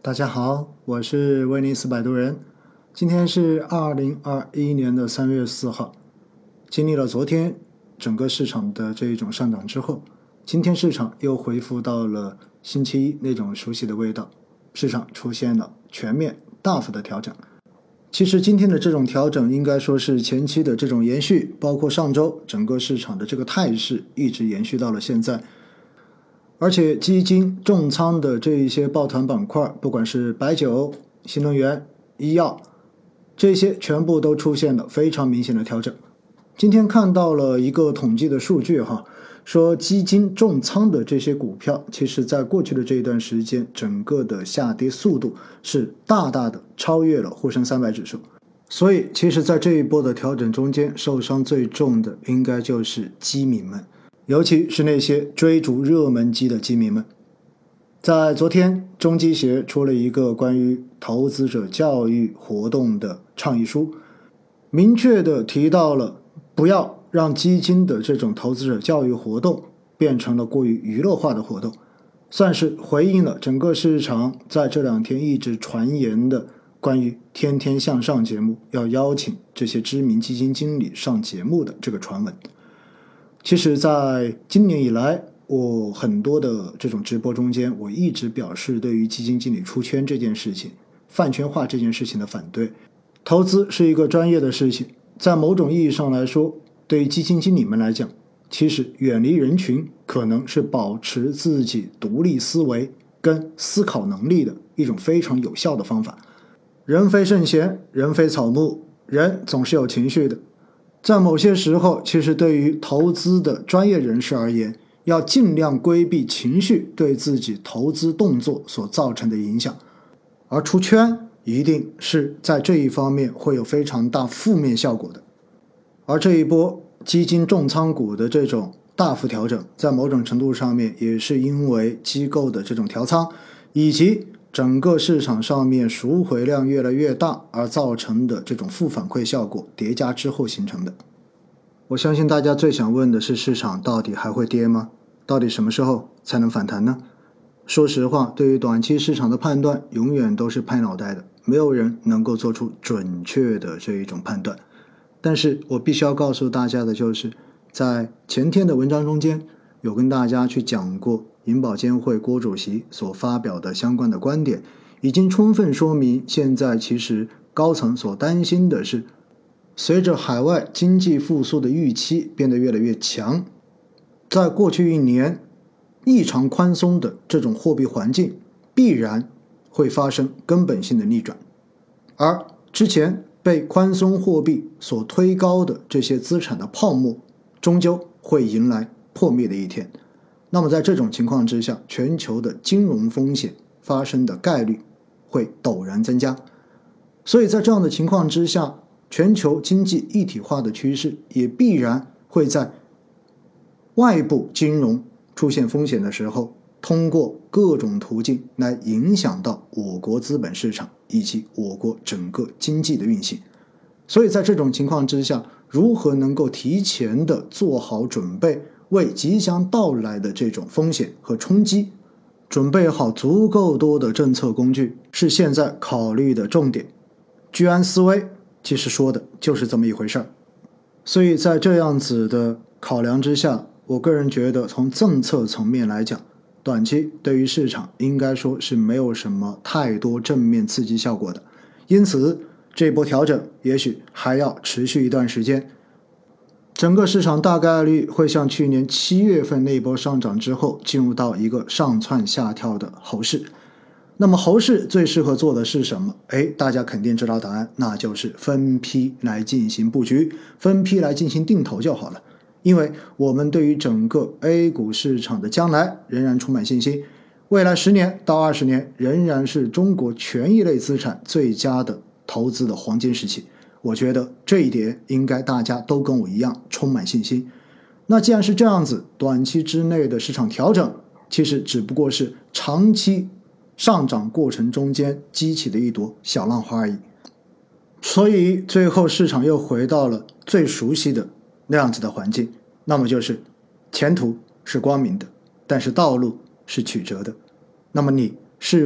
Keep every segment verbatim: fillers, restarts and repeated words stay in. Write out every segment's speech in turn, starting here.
大家好，我是威尼斯摆渡人。今天是二零二一年的三月四号，经历了昨天整个市场的这一种上涨之后，今天市场又恢复到了星期一那种熟悉的味道，市场出现了全面大幅的调整。其实今天的这种调整应该说是前期的这种延续，包括上周整个市场的这个态势一直延续到了现在。而且基金重仓的这一些抱团板块，不管是白酒、新能源、医药，这些全部都出现了非常明显的调整。今天看到了一个统计的数据哈，说基金重仓的这些股票，其实在过去的这一段时间，整个的下跌速度是大大的超越了沪深三百指数。所以其实在这一波的调整中间，受伤最重的应该就是基民们，尤其是那些追逐热门机的基民们。在昨天，中基协出了一个关于投资者教育活动的倡议书，明确的提到了不要让基金的这种投资者教育活动变成了过于娱乐化的活动，算是回应了整个市场在这两天一直传言的关于天天向上节目要邀请这些知名基金经理上节目的这个传闻。其实在今年以来，我很多的这种直播中间，我一直表示对于基金经理出圈这件事情、饭圈化这件事情的反对。投资是一个专业的事情，在某种意义上来说，对于基金经理们来讲，其实远离人群可能是保持自己独立思维跟思考能力的一种非常有效的方法。人非圣贤，人非草木，人总是有情绪的。在某些时候，其实对于投资的专业人士而言，要尽量规避情绪对自己投资动作所造成的影响，而出圈一定是在这一方面会有非常大负面效果的。而这一波基金重仓股的这种大幅调整，在某种程度上面也是因为机构的这种调仓，以及整个市场上面赎回量越来越大而造成的这种负反馈效果叠加之后形成的。我相信大家最想问的是，市场到底还会跌吗？到底什么时候才能反弹呢？说实话，对于短期市场的判断永远都是拍脑袋的，没有人能够做出准确的这一种判断。但是我必须要告诉大家的就是，在前天的文章中间有跟大家去讲过银保监会郭主席所发表的相关的观点，已经充分说明现在其实高层所担心的是，随着海外经济复苏的预期变得越来越强，在过去一年异常宽松的这种货币环境必然会发生根本性的逆转，而之前被宽松货币所推高的这些资产的泡沫终究会迎来破灭的一天。那么在这种情况之下，全球的金融风险发生的概率会陡然增加。所以在这样的情况之下，全球经济一体化的趋势也必然会在外部金融出现风险的时候，通过各种途径来影响到我国资本市场以及我国整个经济的运行。所以在这种情况之下，如何能够提前的做好准备，为即将到来的这种风险和冲击准备好足够多的政策工具，是现在考虑的重点。居安思危其实说的就是这么一回事儿。所以在这样子的考量之下，我个人觉得从政策层面来讲，短期对于市场应该说是没有什么太多正面刺激效果的，因此这波调整也许还要持续一段时间。整个市场大概率会像去年七月份那波上涨之后，进入到一个上蹿下跳的猴市。那么猴市最适合做的是什么？诶，大家肯定知道答案，那就是分批来进行布局，分批来进行定投就好了。因为我们对于整个 A 股市场的将来仍然充满信心，未来十年到二十年仍然是中国权益类资产最佳的投资的黄金时期。我觉得这一点应该大家都跟我一样充满信心。那既然是这样子，短期之内的市场调整其实只不过是长期上涨过程中间激起的一朵小浪花而已。所以最后市场又回到了最熟悉的那样子的环境，那么就是前途是光明的，但是道路是曲折的。那么你是否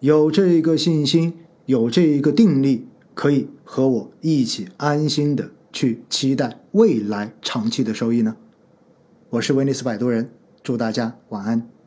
有这个信心，有这个定力，可以和我一起安心的去期待未来长期的收益呢？我是威尼斯摆渡人，祝大家晚安。